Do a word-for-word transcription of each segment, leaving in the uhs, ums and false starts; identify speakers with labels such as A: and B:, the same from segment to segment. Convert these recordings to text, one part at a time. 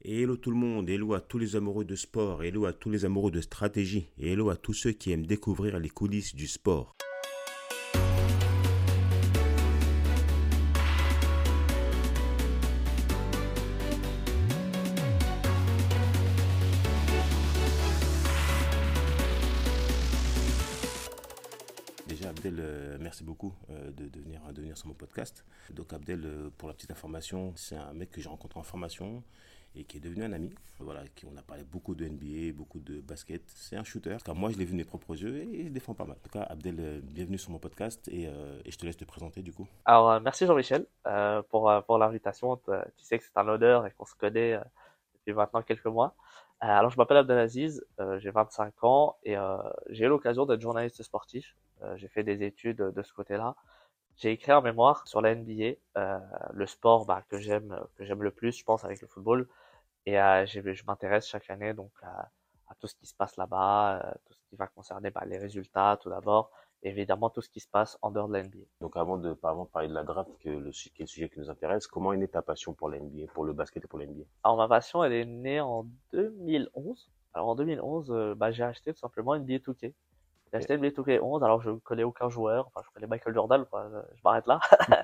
A: Et hello tout le monde, hello à tous les amoureux de sport, hello à tous les amoureux de stratégie, et hello à tous ceux qui aiment découvrir les coulisses du sport. Déjà Abdel, euh, merci beaucoup euh, de, de, venir, de venir sur mon podcast. Donc Abdel, euh, pour la petite information, c'est un mec que j'ai rencontré en formation et qui est devenu un ami. Voilà, qui, on a parlé beaucoup de N B A, beaucoup de basket. C'est un shooter. Car moi, je l'ai vu de mes propres yeux et il défend pas mal. En tout cas, Abdel, euh, bienvenue sur mon podcast et, euh, et je te laisse te présenter du coup.
B: Alors, euh, merci Jean-Michel euh, pour, euh, pour l'invitation. T- Tu sais que c'est un honneur et qu'on se connaît euh, depuis maintenant quelques mois. Euh, alors, je m'appelle Abdelaziz, euh, j'ai vingt-cinq ans et euh, j'ai eu l'occasion d'être journaliste sportif. Euh, j'ai fait des études de ce côté-là. J'ai écrit un mémoire sur la N B A, euh, le sport bah, que j'aime que j'aime le plus, je pense, avec le football. Et euh, j'ai- je m'intéresse chaque année donc à, à tout ce qui se passe là-bas, euh, tout ce qui va concerner bah, les résultats tout d'abord, et évidemment tout ce qui se passe en dehors de la N B A.
A: Donc avant de, avant de parler de la draft, que le, qui est le sujet qui nous intéresse, comment est née ta passion pour la N B A, pour le basket et pour la N B A?
B: Alors ma passion, elle est née en deux mille onze. Alors en deux mille onze, euh, bah, j'ai acheté tout simplement une N B A deux K. J'ai
A: Ok.
B: acheté une N B A deux K onze, alors je ne connais aucun joueur, enfin je connais Michael Jordan, quoi, euh, je m'arrête là.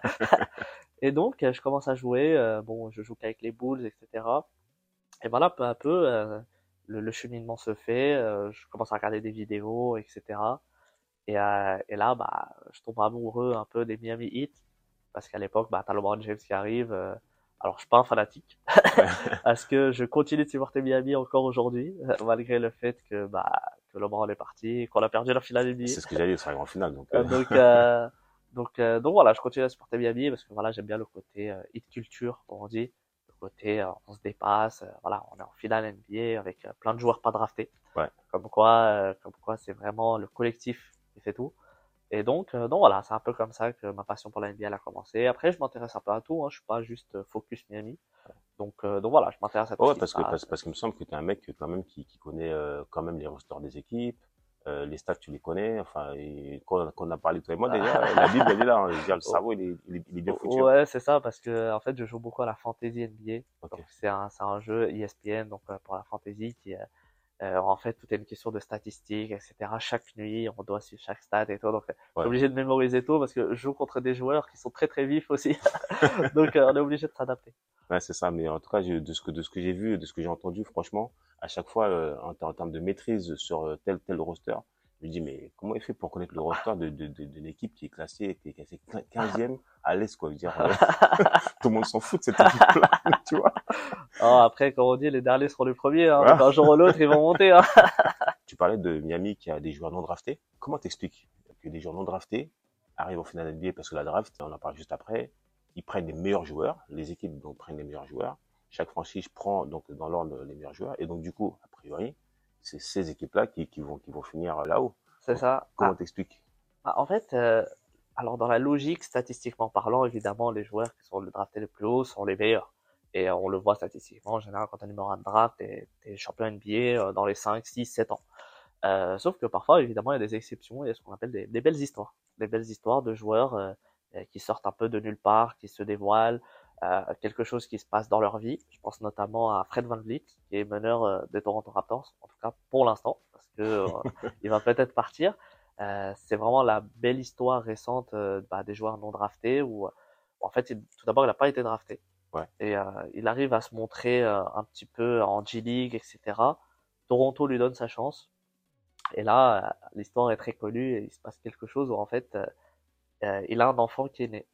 B: Et donc euh, je commence à jouer, euh, bon je joue qu'avec les Bulls, et cetera. Et voilà, peu à peu, euh, le, le cheminement se fait, euh, je commence à regarder des vidéos, et cetera. Et, euh, et là, bah, je tombe amoureux un peu des Miami Heat, parce qu'à l'époque, bah, t'as LeBron James qui arrive. euh, alors, je suis pas un fanatique,
A: Ouais.
B: parce que je continue de supporter Miami encore aujourd'hui, malgré le fait que, bah, que LeBron est parti, et qu'on a perdu la finale
A: C'est ce
B: N B A.
A: que j'allais dire, c'est un grand final. Donc,
B: Euh,
A: euh,
B: donc, euh, donc, euh, donc voilà, je continue à supporter Miami parce que voilà, j'aime bien le côté euh, hit culture, comme on dit, le côté euh, on se dépasse, euh, voilà, on est en finale N B A avec euh, plein de joueurs pas draftés,
A: ouais.
B: comme quoi, euh, comme quoi c'est vraiment le collectif qui fait tout. Et donc, euh, donc voilà, c'est un peu comme ça que ma passion pour la N B A elle a commencé. Après, je m'intéresse un peu à tout, hein, je suis pas juste euh, focus Miami. Donc, euh, donc voilà, je m'intéresse à tout ce
A: Ouais,
B: qui se
A: parce que parce,
B: passe.
A: parce qu'il me semble que tu es un mec quand même qui, qui connaît euh, quand même les rosters des équipes, euh, les stats tu les connais, enfin et quand, quand on a parlé toi et moi déjà, la Bible elle est là, hein. Je veux dire, le cerveau il est, il est, il est bien foutu. Hein.
B: Ouais, c'est ça, parce que en fait, je joue beaucoup à la Fantasy N B A.
A: Ok.
B: Donc c'est un, c'est un jeu E S P N, donc euh, pour la Fantasy, qui euh, euh, en fait tout est une question de statistiques, et cetera. Chaque nuit, on doit suivre chaque stat et tout. Donc euh, je suis
A: Ouais.
B: obligé de mémoriser tout parce que je joue contre des joueurs qui sont très très vifs aussi. Donc euh, on est obligé de s'adapter.
A: Ouais, c'est ça. Mais en tout cas, je- de ce que de ce que j'ai vu, de ce que j'ai entendu, franchement, à chaque fois euh, en, en termes de maîtrise sur euh, tel tel roster, je me dis mais comment il fait pour connaître le roster de de, de, d'une équipe qui est classée qui est classée quinzième à l'est quoi. Je veux dire, euh, tout le monde s'en fout de cette équipe-là, tu vois.
B: Alors après, comme on dit, les derniers seront les premiers. Hein, donc
A: Voilà.
B: un jour ou l'autre, ils vont monter. Hein.
A: Tu parlais de Miami qui a des joueurs non draftés. Comment t'expliques que des joueurs non draftés arrivent au final N B A parce que la draft, on en parle juste après, ils prennent les meilleurs joueurs, les équipes donc prennent les meilleurs joueurs, chaque franchise prend donc dans l'ordre les meilleurs joueurs et donc du coup, a priori, c'est ces équipes-là qui, qui vont qui vont finir là-haut.
B: C'est
A: Donc,
B: ça.
A: comment
B: Ah,
A: t'expliques?
B: ah, en fait, euh, alors dans la logique, statistiquement parlant, évidemment, les joueurs qui sont draftés le plus haut sont les meilleurs. Et euh, on le voit statistiquement, en général, quand tu es numéro un de draft, t'es, t'es champion N B A euh, dans les cinq, six, sept ans. Euh, sauf que parfois, évidemment, il y a des exceptions, il y a ce qu'on appelle des, des belles histoires. Des belles histoires de joueurs euh, euh, qui sortent un peu de nulle part, qui se dévoilent, euh, quelque chose qui se passe dans leur vie. Je pense notamment à Fred VanVleet, qui est meneur euh, des Toronto Raptors, en tout cas pour l'instant, parce que euh, il va peut-être partir. Euh, c'est vraiment la belle histoire récente euh, bah, des joueurs non draftés où, en fait, il, tout d'abord, il n'a pas été drafté.
A: Ouais,
B: Et euh, il arrive à se montrer euh, un petit peu en G League, et cetera. Toronto lui donne sa chance. Et là, euh, l'histoire est très connue et il se passe quelque chose où en fait, euh, euh, il a un enfant qui est né.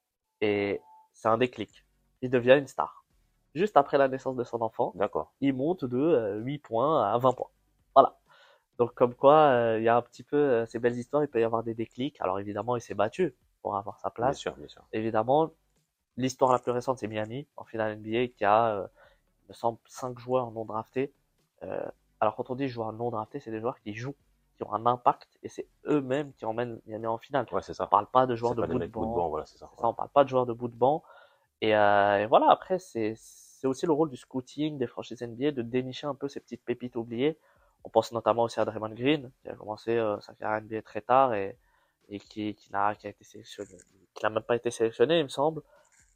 B: Et c'est un déclic. Il devient une star. Juste après la naissance de son enfant,
A: d'accord.
B: il monte de euh, huit points à vingt points. Voilà. Donc comme quoi, euh, il y a un petit peu euh, ces belles histoires, il peut y avoir des déclics. Alors évidemment, il s'est battu pour avoir sa
A: Bien
B: place.
A: sûr, bien sûr.
B: Évidemment, l'histoire la plus récente, c'est Miami, en finale N B A, qui a, euh, il me semble, cinq joueurs non draftés. Euh, alors quand on dit joueurs non draftés, c'est des joueurs qui jouent, qui ont un impact, et c'est eux-mêmes qui emmènent Miami en finale.
A: Ouais, c'est
B: On
A: ça.
B: parle pas de joueurs
A: C'est
B: de
A: pas des
B: bout de
A: mecs bout de banc,
B: banc,
A: voilà, c'est ça.
B: c'est
A: Ouais.
B: ça, on parle pas de joueurs de bout de banc. Et, euh, et voilà, après, c'est, c'est aussi le rôle du scouting des franchises N B A de dénicher un peu ces petites pépites oubliées. On pense notamment aussi à Draymond Green, qui a commencé euh, sa carrière N B A très tard et, et qui, qui n'a, qui a été sélectionné, qui n'a même pas été sélectionné, il me semble.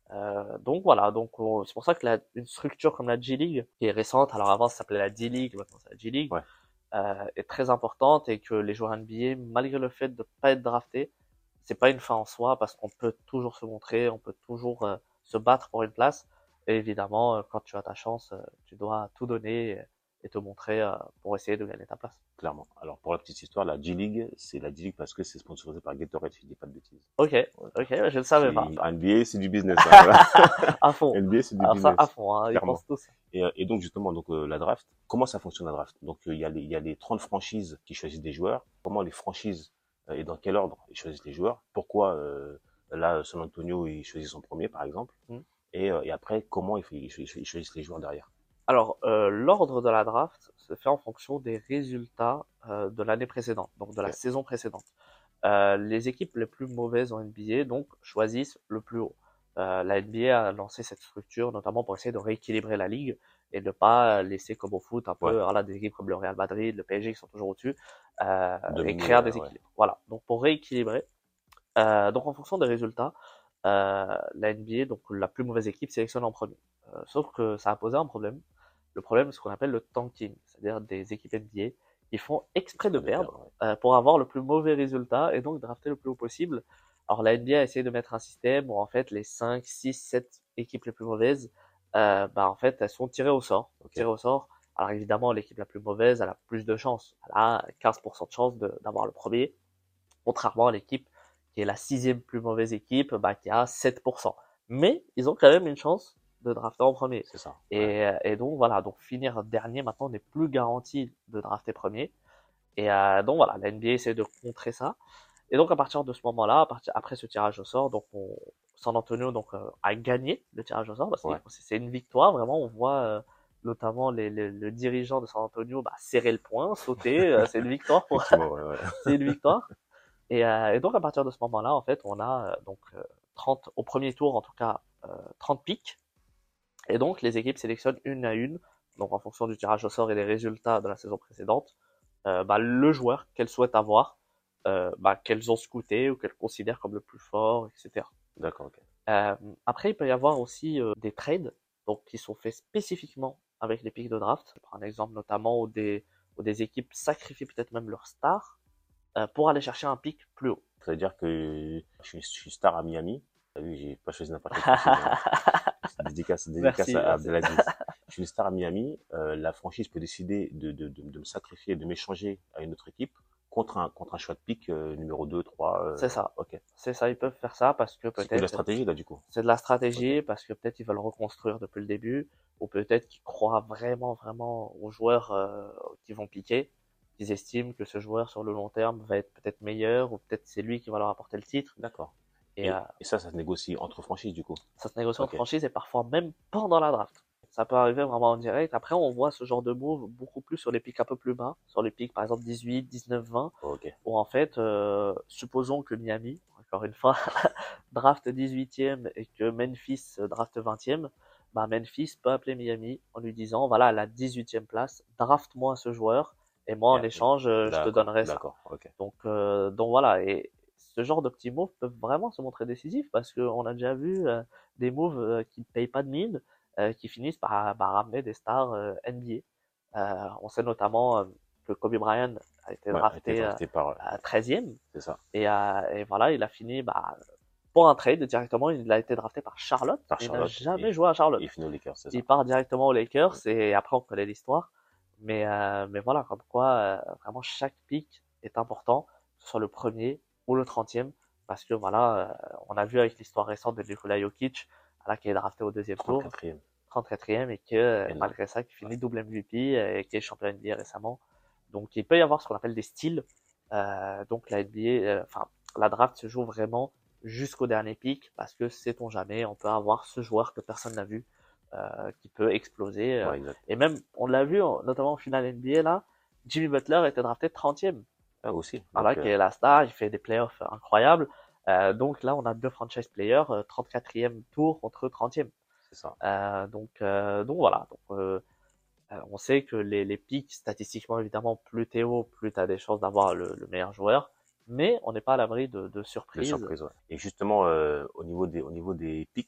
B: Euh, donc voilà, donc on- c'est pour ça que la, une structure comme la G-League, qui est récente, alors avant ça s'appelait la D-League, maintenant c'est la G-League,
A: Ouais,
B: euh, est très importante et que les joueurs N B A, malgré le fait de pas être draftés, c'est pas une fin en soi parce qu'on peut toujours se montrer, on peut toujours euh, se battre pour une place. Et évidemment, euh, quand tu as ta chance, euh, tu dois tout donner et, et te montrer euh, pour essayer de gagner ta place.
A: clairement. Alors, pour la petite histoire, la G-League, c'est la G-League parce que c'est sponsorisé par Gatorade, si je dis pas de bêtises.
B: Ok,
A: Ouais.
B: ok, je ne savais pas.
A: Qui- N B A, c'est du business. Hein, voilà.
B: À fond.
A: N B A, c'est du
B: Alors ça, à
A: business,
B: fond, hein, ils
A: clairement.
B: pensent tous.
A: Et, euh, et donc, justement, donc, euh, la draft, comment ça fonctionne la draft? Donc, euh, il y a les, il y a les trente franchises qui choisissent des joueurs. Comment les franchises, euh, et dans quel ordre ils choisissent les joueurs? Pourquoi, euh, là, San Antonio, il choisit son premier, par exemple?
B: Hmm.
A: Et, euh, et après, comment ils, ils, ils choisissent les joueurs derrière?
B: Alors, euh, l'ordre de la draft se fait en fonction des résultats euh, de l'année précédente, donc de la
A: Ok.
B: saison précédente. Euh, les équipes les plus mauvaises en N B A donc choisissent le plus haut. Euh, la N B A a lancé cette structure notamment pour essayer de rééquilibrer la ligue et de ne pas laisser comme au foot un
A: Ouais.
B: peu voilà, des équipes comme le Real Madrid, le P S G qui sont toujours au-dessus euh, et
A: Dominer,
B: créer
A: euh,
B: des
A: ouais.
B: équilibres. Voilà, donc pour rééquilibrer, euh, donc en fonction des résultats, euh, la N B A, donc la plus mauvaise équipe, sélectionne en premier. Euh, sauf que ça a posé un problème. Le problème, c'est ce qu'on appelle le tanking, c'est-à-dire des équipes N B A qui font exprès de
A: Exprès de
B: perdre
A: perdre, ouais.
B: euh, pour avoir le plus mauvais résultat et donc drafter le plus haut possible. Alors la N B A a essayé de mettre un système où en fait les cinq, six, sept équipes les plus mauvaises, euh, bah en fait elles sont tirées au sort,
A: Ok.
B: tirées au sort. Alors évidemment l'équipe la plus mauvaise elle a plus de chances, elle a quinze pour cent de chance de- d'avoir le premier, contrairement à l'équipe qui est la sixième plus mauvaise équipe, bah, qui a sept pour cent. Mais ils ont quand même une chance de drafter en premier.
A: C'est ça. Ouais.
B: Et, et donc voilà, donc finir dernier maintenant n'est plus garanti de drafter premier. Et euh, donc voilà, la N B A essaie de contrer ça. Et donc à partir de ce moment-là, à partir, après ce tirage au sort, donc on, San Antonio donc euh, a gagné le tirage au sort parce que
A: Ouais.
B: c'est une victoire vraiment. On voit euh, notamment les, les, le dirigeant de San Antonio bah, serrer le poing, sauter. Euh, c'est une victoire pour,
A: Effectivement, ouais, ouais.
B: c'est une victoire. Et, euh, et donc à partir de ce moment-là, en fait, on a euh, donc euh, trente au premier tour en tout cas euh, trente pics. Et donc les équipes sélectionnent une à une, donc en fonction du tirage au sort et des résultats de la saison précédente, euh, bah, le joueur qu'elles souhaitent avoir, euh, bah, qu'elles ont scouté ou qu'elles considèrent comme le plus fort, et cetera.
A: D'accord, ok.
B: Euh, après, il peut y avoir aussi euh, des trades, donc qui sont faits spécifiquement avec les pics de draft. Je prends un exemple notamment où des, où des équipes sacrifient peut-être même leur star euh, pour aller chercher un pic plus haut.
A: Ça veut dire que je suis, je suis star à Miami. T'as vu, j'ai pas choisi n'importe quelle franchise. Hein. Dédicace, dédicace
B: Merci,
A: à
B: merci.
A: Abdelaziz. Je suis une star à Miami. Euh, la franchise peut décider de, de, de, de me sacrifier, de m'échanger à une autre équipe contre un, contre un choix de pick euh, numéro deux, trois. Euh,
B: C'est ça.
A: ok.
B: C'est ça, ils peuvent faire ça parce que
A: C'est que de la
B: peut-être
A: stratégie, là, du coup.
B: c'est de la stratégie,
A: Ok.
B: parce que peut-être ils veulent reconstruire depuis le début, ou peut-être qu'ils croient vraiment, vraiment aux joueurs euh, qui vont piquer, qu'ils estiment que ce joueur sur le long terme va être peut-être meilleur, ou peut-être c'est lui qui va leur apporter le titre.
A: D'accord.
B: Et euh,
A: Et, et ça, ça se négocie entre franchises, du coup.
B: ça se négocie en
A: Ok.
B: franchise et parfois même pendant la draft. Ça peut arriver vraiment en direct. Après, on voit ce genre de move beaucoup plus sur les pics un peu plus bas, sur les pics par exemple dix-huit, dix-neuf, vingt,
A: Ok.
B: où en fait, euh, supposons que Miami, encore une fois, draft dix-huitième et que Memphis draft vingtième, bah Memphis peut appeler Miami en lui disant, voilà, à la dix-huitième place, draft-moi ce joueur, et moi en
A: Yeah.
B: échange, euh, je te
A: D'accord.
B: donnerai ça.
A: D'accord. Ok.
B: Donc, euh, donc voilà, et ce genre de petits moves peuvent vraiment se montrer décisifs parce qu'on a déjà vu euh, des moves euh, qui ne payent pas de mine, euh, qui finissent par, par ramener des stars euh, N B A. Euh, on sait notamment euh, que Kobe Bryant a été
A: Ouais, a été
B: drafté euh,
A: drafté par.
B: à treizième
A: C'est ça.
B: et, euh, et voilà, il a fini bah, pour un trade directement. Il a été drafté par Charlotte.
A: Par
B: Il n'a
A: Charlotte.
B: jamais
A: Et,
B: joué à Charlotte.
A: et finit aux Lakers, c'est ça.
B: Il part directement aux Lakers
A: Mm.
B: et après on connaît l'histoire. Mais, euh, mais voilà, comme quoi euh, vraiment chaque pick est important, que ce soit le premier ou le trentième, parce que voilà, euh, on a vu avec l'histoire récente de Nikola Jokic, là, qui est drafté au deuxième tour,
A: trente-quatrième.
B: trente-quatrième, et que euh,
A: Énorme.
B: malgré ça, qui finit double M V P et qui est champion N B A récemment. Donc il peut y avoir ce qu'on appelle des styles. Euh, donc la N B A, euh, enfin la draft se joue vraiment jusqu'au dernier pick parce que sait-on jamais, on peut avoir ce joueur que personne n'a vu euh, qui peut exploser. euh.
A: Ouais, exact.
B: Et même, on l'a vu, en- notamment en finale N B A là, Jimmy Butler était drafté trentième.
A: Ah, aussi.
B: Voilà,
A: Donc,
B: qui
A: euh,
B: est la star, il fait des playoffs incroyables. Euh, donc là, on a deux franchise players, euh, trente-quatrième tour contre trentième.
A: c'est ça.
B: Euh, donc, euh, donc voilà. Donc, euh, euh, on sait que les, les pics, statistiquement, évidemment, plus t'es haut, plus t'as des chances d'avoir le, le meilleur joueur. Mais on n'est pas à l'abri de, de
A: De
B: surprises.
A: surprise, ouais. Et justement, euh, au niveau des, au niveau des pics,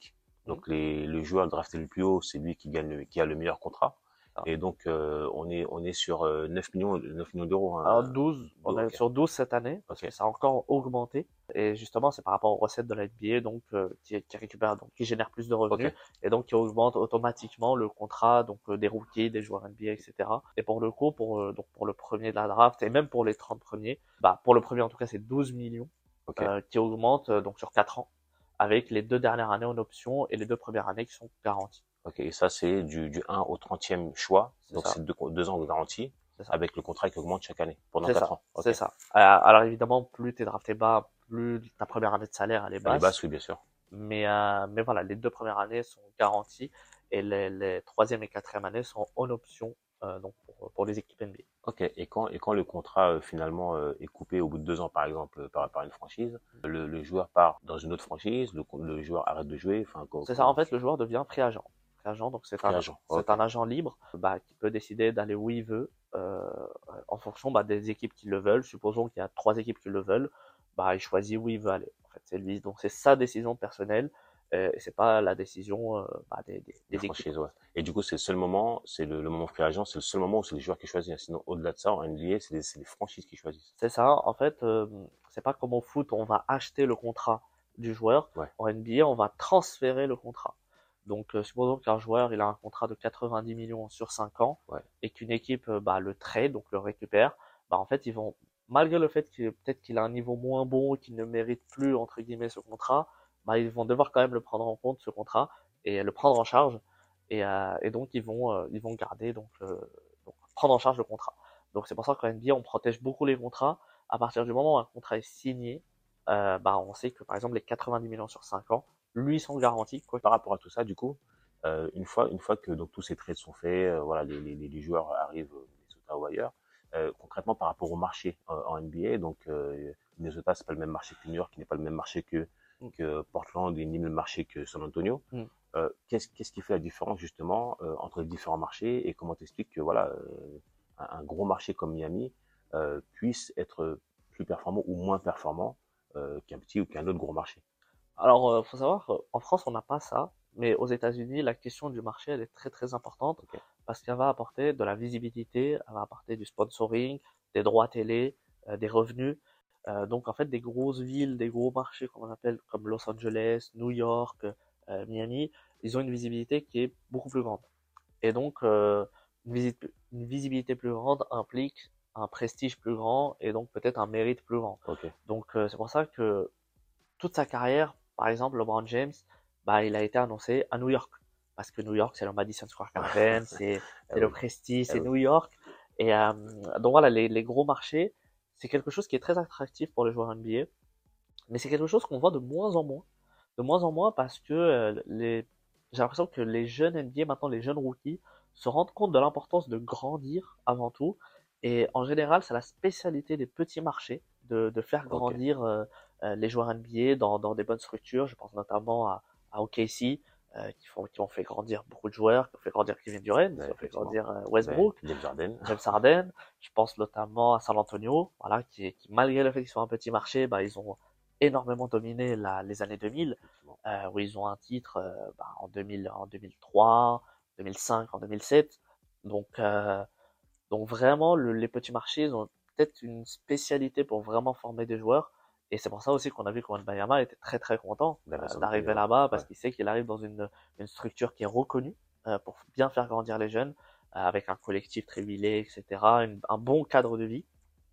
A: Donc les, le joueur drafté le plus haut, c'est lui qui gagne, le, qui a le meilleur contrat.
B: Ah.
A: Et donc euh, on est on est sur euh, neuf millions neuf millions d'euros. Hein.
B: Alors douze, on est
A: Ok.
B: sur douze cette année, parce
A: Ok.
B: que ça a encore augmenté. Et justement, c'est par rapport aux recettes de la N B A, donc, euh, qui, qui récupère, donc, qui génère plus de revenus,
A: Ok.
B: et donc qui augmente automatiquement le contrat, donc, euh, des rookies, des joueurs N B A, et cetera. Et pour le coup, pour, euh, donc, pour le premier de la draft, et même pour les trente premiers, bah, pour le premier, en tout cas, c'est douze millions,
A: Ok.
B: euh, qui augmentent, euh, donc, sur quatre ans, avec les deux dernières années en option et les deux premières années qui sont garanties.
A: Ok. Et ça c'est du, du un au trentième choix.
B: C'est
A: Donc
B: ça.
A: c'est deux, deux ans de garantie.
B: C'est ça.
A: Avec le contrat qui augmente chaque année pendant
B: C'est
A: quatre
B: ça,
A: ans. Ok.
B: c'est ça. Euh, alors évidemment, plus t'es drafté bas, plus ta première année de salaire elle est
A: Elle est
B: basse.
A: basse, oui, bien sûr.
B: Mais, euh, mais voilà, les deux premières années sont garanties et les, les troisième et quatrième années sont en option, euh, donc pour, pour les équipes N B A.
A: Ok. Et quand et quand le contrat euh, finalement euh, est coupé au bout de deux ans par exemple euh, par par une franchise, le, le joueur part dans une autre franchise, le, le joueur arrête de jouer. Enfin, co-
B: C'est ça, en
A: comment?
B: fait, le joueur devient free agent. Free agent, donc c'est
A: Free
B: un,
A: agent.
B: c'est
A: Ok.
B: un agent libre bah, qui peut décider d'aller où il veut euh, en fonction bah, des équipes qui le veulent. Supposons qu'il y a trois équipes qui le veulent, bah, il choisit où il veut aller. En fait, c'est lui, donc c'est sa décision personnelle euh, et c'est pas la décision euh, bah, des, des,
A: De
B: des équipes.
A: franchise, ouais. Et du coup, c'est le seul moment, c'est le, le moment free agent, c'est le seul moment où c'est les joueurs qui choisissent. Sinon, au-delà de ça, en N B A, c'est les, c'est les franchises qui choisissent.
B: C'est ça, en fait, euh, c'est pas comme au foot, on va acheter le contrat du joueur.
A: Ouais.
B: En N B A, on va transférer le contrat. Donc, euh, supposons qu'un joueur, il a un contrat de quatre-vingt-dix millions sur cinq ans
A: Ouais.
B: et qu'une équipe euh, bah, le trade, donc le récupère. Bah, en fait, ils vont, malgré le fait qu'il peut-être qu'il a un niveau moins bon, qu'il ne mérite plus entre guillemets ce contrat, bah, ils vont devoir quand même le prendre en compte ce contrat et le prendre en charge. Et, euh, et donc, ils vont, euh, ils vont garder donc, le, donc prendre en charge le contrat. Donc c'est pour ça qu'en N B A, on protège beaucoup les contrats. À partir du moment où un contrat est signé, euh, bah, on sait que par exemple les quatre-vingt-dix millions sur cinq ans, lui sont garantis. Quoi.
A: Par rapport à tout ça, du coup, euh, une fois, une fois que donc tous ces trades sont faits, euh, voilà, les, les, les joueurs arrivent au Minnesota ou ailleurs. Euh, concrètement, par rapport au marché euh, en N B A, donc euh, Minnesota, c'est pas le même marché que New York, qui n'est pas le même marché que
B: Mm.
A: que Portland et ni le même marché que San Antonio.
B: Mm.
A: Euh, qu'est-ce qu'est-ce qui fait la différence justement euh, entre les différents marchés et comment t'expliques que voilà euh, un, un gros marché comme Miami euh, puisse être plus performant ou moins performant euh, qu'un petit ou qu'un autre gros marché.
B: Alors, euh, faut savoir, euh, en France, on n'a pas ça, mais aux États-Unis, la question du marché, elle est très très importante
A: Ok.
B: parce qu'elle va apporter de la visibilité, elle va apporter du sponsoring, des droits télé, euh, des revenus. Euh, donc, en fait, des grosses villes, des gros marchés, comme on appelle, comme Los Angeles, New York, euh, Miami, ils ont une visibilité qui est beaucoup plus grande. Et donc, euh, une, visite, une visibilité plus grande implique un prestige plus grand et donc peut-être un mérite plus grand.
A: Ok.
B: Donc, euh, c'est pour ça que toute sa carrière, par exemple, LeBron James, bah, il a été annoncé à New York. Parce que New York, c'est le Madison Square Garden, c'est
A: Ah
B: c'est le
A: oui.
B: prestige,
A: Ah
B: c'est
A: oui.
B: New York. Et euh, donc voilà, les, les gros marchés, c'est quelque chose qui est très attractif pour les joueurs N B A. Mais c'est quelque chose qu'on voit de moins en moins. De moins en moins parce que euh, les... j'ai l'impression que les jeunes N B A, maintenant les jeunes rookies, se rendent compte de l'importance de grandir avant tout. Et en général, c'est la spécialité des petits marchés de, de faire
A: Ok.
B: grandir euh, euh, les joueurs N B A dans, dans des bonnes structures. Je pense notamment à, à O K C, euh, qui, font, qui ont fait grandir beaucoup de joueurs, qui ont fait grandir Kevin Durant,
A: Ouais,
B: qui ont fait
A: effectivement.
B: grandir euh,
A: Ben,
B: Westbrook,
A: James Harden.
B: James Harden. Je pense notamment à San Antonio, voilà, qui, qui malgré le fait qu'ils soient un petit marché, bah, ils ont énormément dominé la, les années deux mille,
A: Effectivement.
B: euh, où ils ont un titre euh, bah, en, deux mille, en deux mille trois, deux mille cinq, en deux mille sept. Donc, euh, donc vraiment, le, les petits marchés, ils ont peut-être une spécialité pour vraiment former des joueurs. Et c'est pour ça aussi qu'on a vu que Bayama était très très content euh,
A: D'Arabie Saoudite,
B: d'arriver
A: ouais.
B: là-bas parce
A: Ouais.
B: qu'il sait qu'il arrive dans une, une structure qui est reconnue euh, pour bien faire grandir les jeunes, euh, avec un collectif très huilé, et cetera, une, un bon cadre de vie.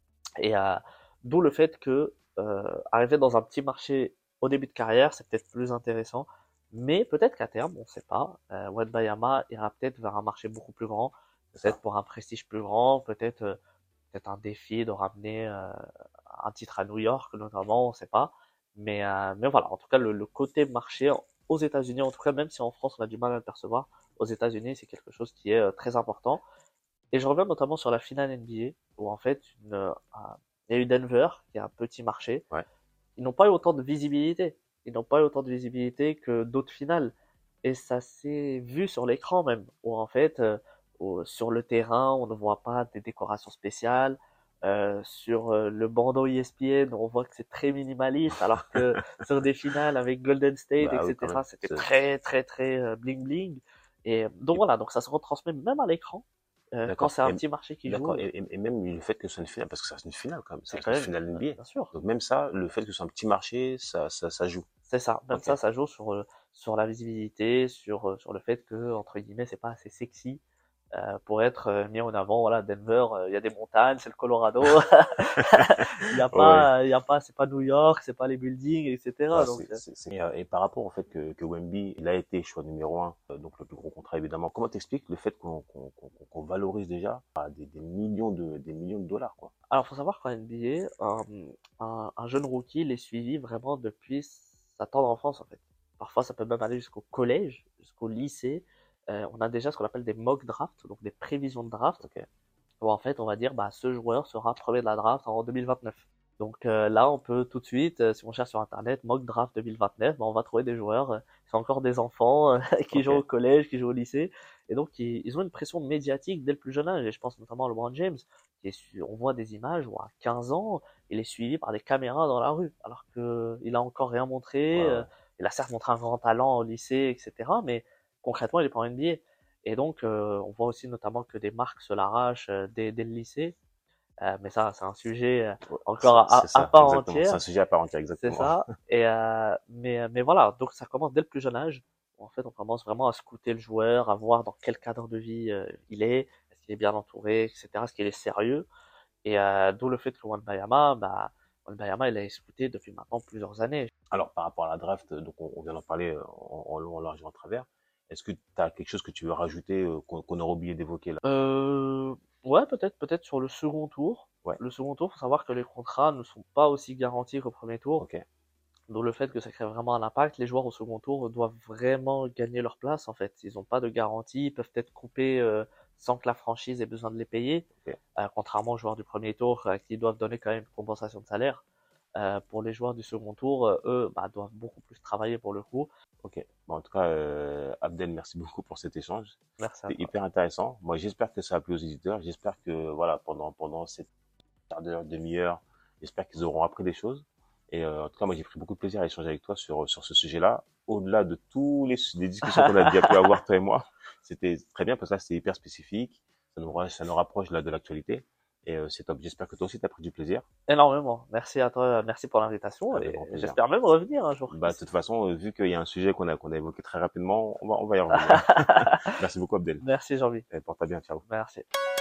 B: Et euh, d'où le fait que euh, arriver dans un petit marché au début de carrière, c'est peut-être plus intéressant. Mais peut-être qu'à terme, on ne sait pas, euh, Wembanyama ira peut-être vers un marché beaucoup plus grand,
A: C'est
B: peut-être
A: ça.
B: pour un prestige plus grand, peut-être euh, peut-être un défi de ramener euh, un titre à New York notamment, on ne sait pas. Mais, euh, mais voilà, en tout cas, le, le côté marché aux États-Unis, en tout cas, même si en France on a du mal à le percevoir, aux États-Unis, c'est quelque chose qui est euh, très important. Et je reviens notamment sur la finale N B A, où en fait, une, euh, il y a eu Denver, qui est un petit marché.
A: Ouais.
B: Ils n'ont pas eu autant de visibilité. Ils n'ont pas eu autant de visibilité que d'autres finales. Et ça s'est vu sur l'écran même, où en fait, euh, au- sur le terrain, on ne voit pas des décorations spéciales. Euh, sur euh, le bandeau E S P N, on voit que c'est très minimaliste, alors que sur des finales avec Golden State,
A: Bah oui, quand
B: et cetera,
A: même.
B: c'était
A: C'est-
B: très, très, très euh, bling bling. Et donc
A: et-
B: voilà, donc ça se retransmet même à l'écran euh, quand
A: D'accord.
B: c'est un
A: Et,
B: petit marché qui joue.
A: d'accord.
B: euh,
A: Et, et- et même le fait que ce soit une finale, parce que ça reste une finale quand même, ça
B: C'est
A: reste
B: quand
A: une
B: même,
A: finale
B: euh,
A: N B A.
B: bien sûr,
A: Donc même ça, le fait que ce soit un petit marché, ça, ça, ça joue.
B: c'est ça. Même
A: Ok.
B: ça, ça joue sur euh, sur la visibilité, sur euh, sur le fait que entre guillemets, c'est pas assez sexy euh, pour être euh, mis en avant. Voilà, Denver, euh, il y a des montagnes, c'est le Colorado. Il y a
A: Ouais.
B: pas, il y a pas, c'est pas New York, c'est pas les buildings, et cetera.
A: Bah,
B: Donc
A: c'est,
B: euh,
A: c'est, c'est- Et, euh, et par rapport au fait que, que Wemby, il a été choix numéro un, euh, donc le plus gros contrat évidemment, comment t'expliques le fait qu'on, qu'on, qu'on, qu'on valorise déjà à des, des millions de, des millions de dollars, quoi?
B: Alors, faut savoir qu'en N B A, un, un, un jeune rookie, il est suivi vraiment depuis sa tendre enfance, en fait. Parfois, ça peut même aller jusqu'au collège, jusqu'au lycée. Euh, on a déjà ce qu'on appelle des mock drafts, donc des prévisions de draft,
A: Ok.
B: où en fait, on va dire, bah, ce joueur sera premier de la draft en deux mille vingt-neuf. Donc euh, là, on peut tout de suite, euh, si on cherche sur Internet, mock draft deux mille vingt-neuf, bah, on va trouver des joueurs euh, qui sont encore des enfants, euh, qui
A: Ok.
B: jouent au collège, qui jouent au lycée. Et donc, ils, ils ont une pression médiatique dès le plus jeune âge. Et je pense notamment à LeBron James, qui est su- on voit des images où à quinze ans, il est suivi par des caméras dans la rue, alors que il a encore rien
A: Ouais,
B: montré. euh,
A: ouais.
B: il a certes montré un grand talent au lycée, et cetera. Mais concrètement, il est pas en N B A. Et donc, euh, on voit aussi notamment que des marques se l'arrachent euh, dès, dès le lycée. Euh, mais ça, c'est un sujet euh,
A: Ouais,
B: encore
A: c'est
B: à,
A: c'est
B: à, à
A: ça,
B: part
A: exactement. C'est un
B: entière.
A: sujet à part entière,
B: C'est
A: exactement.
B: ça. Et euh, mais mais voilà, donc ça commence dès le plus jeune âge. En fait, on commence vraiment à scouter le joueur, à voir dans quel cadre de vie euh, il est, est-ce qu'il est bien entouré, et cetera. Est-ce qu'il est sérieux. Et euh, d'où le fait que Wembanyama, bah, Wembanyama, il est scouté depuis maintenant plusieurs années.
A: Alors, par rapport à la draft, donc on, on vient d'en parler euh, en, en long, en large et en travers. Est-ce que tu as quelque chose que tu veux rajouter, euh, qu'on qu'on aurait oublié d'évoquer là?
B: Euh, ouais, peut-être, peut-être sur le second tour.
A: Ouais.
B: Le second tour, faut savoir que les contrats ne sont pas aussi garantis qu'au premier tour.
A: Ok.
B: Donc le fait que ça crée vraiment un impact, les joueurs au second tour doivent vraiment gagner leur place en fait. Ils n'ont pas de garantie, ils peuvent être coupés euh, sans que la franchise ait besoin de les payer,
A: Ok.
B: euh, contrairement aux joueurs du premier tour euh, qui doivent donner quand même une compensation de salaire. Euh, pour les joueurs du second tour, euh, eux bah, doivent beaucoup plus travailler pour le coup.
A: Ok. Bon, en tout cas, euh, Abdel, merci beaucoup pour cet échange.
B: Merci à
A: C'était
B: toi.
A: hyper intéressant. Moi, j'espère que ça a plu aux éditeurs. J'espère que, voilà, pendant, pendant cette quart d'heure, demi-heure, j'espère qu'ils auront appris des choses. Et euh, en tout cas, moi, j'ai pris beaucoup de plaisir à échanger avec toi sur, sur ce sujet-là. Au-delà de tous les, les discussions qu'on a déjà pu avoir, toi et moi, c'était très bien parce que là, c'était hyper spécifique. Ça nous, ra- ça nous rapproche là de l'actualité. Et euh, c'est top. J'espère que toi aussi, tu as pris du plaisir.
B: Énormément. Merci à toi, merci pour l'invitation
A: Avec
B: et
A: grand plaisir.
B: j'espère même revenir un jour.
A: Bah, de toute façon, euh, vu qu'il y a un sujet qu'on a, qu'on a évoqué très rapidement, on va, on va y revenir. Merci beaucoup, Abdel.
B: Merci Jean-Mi.
A: Et porte-toi bien. Ciao.
B: Merci.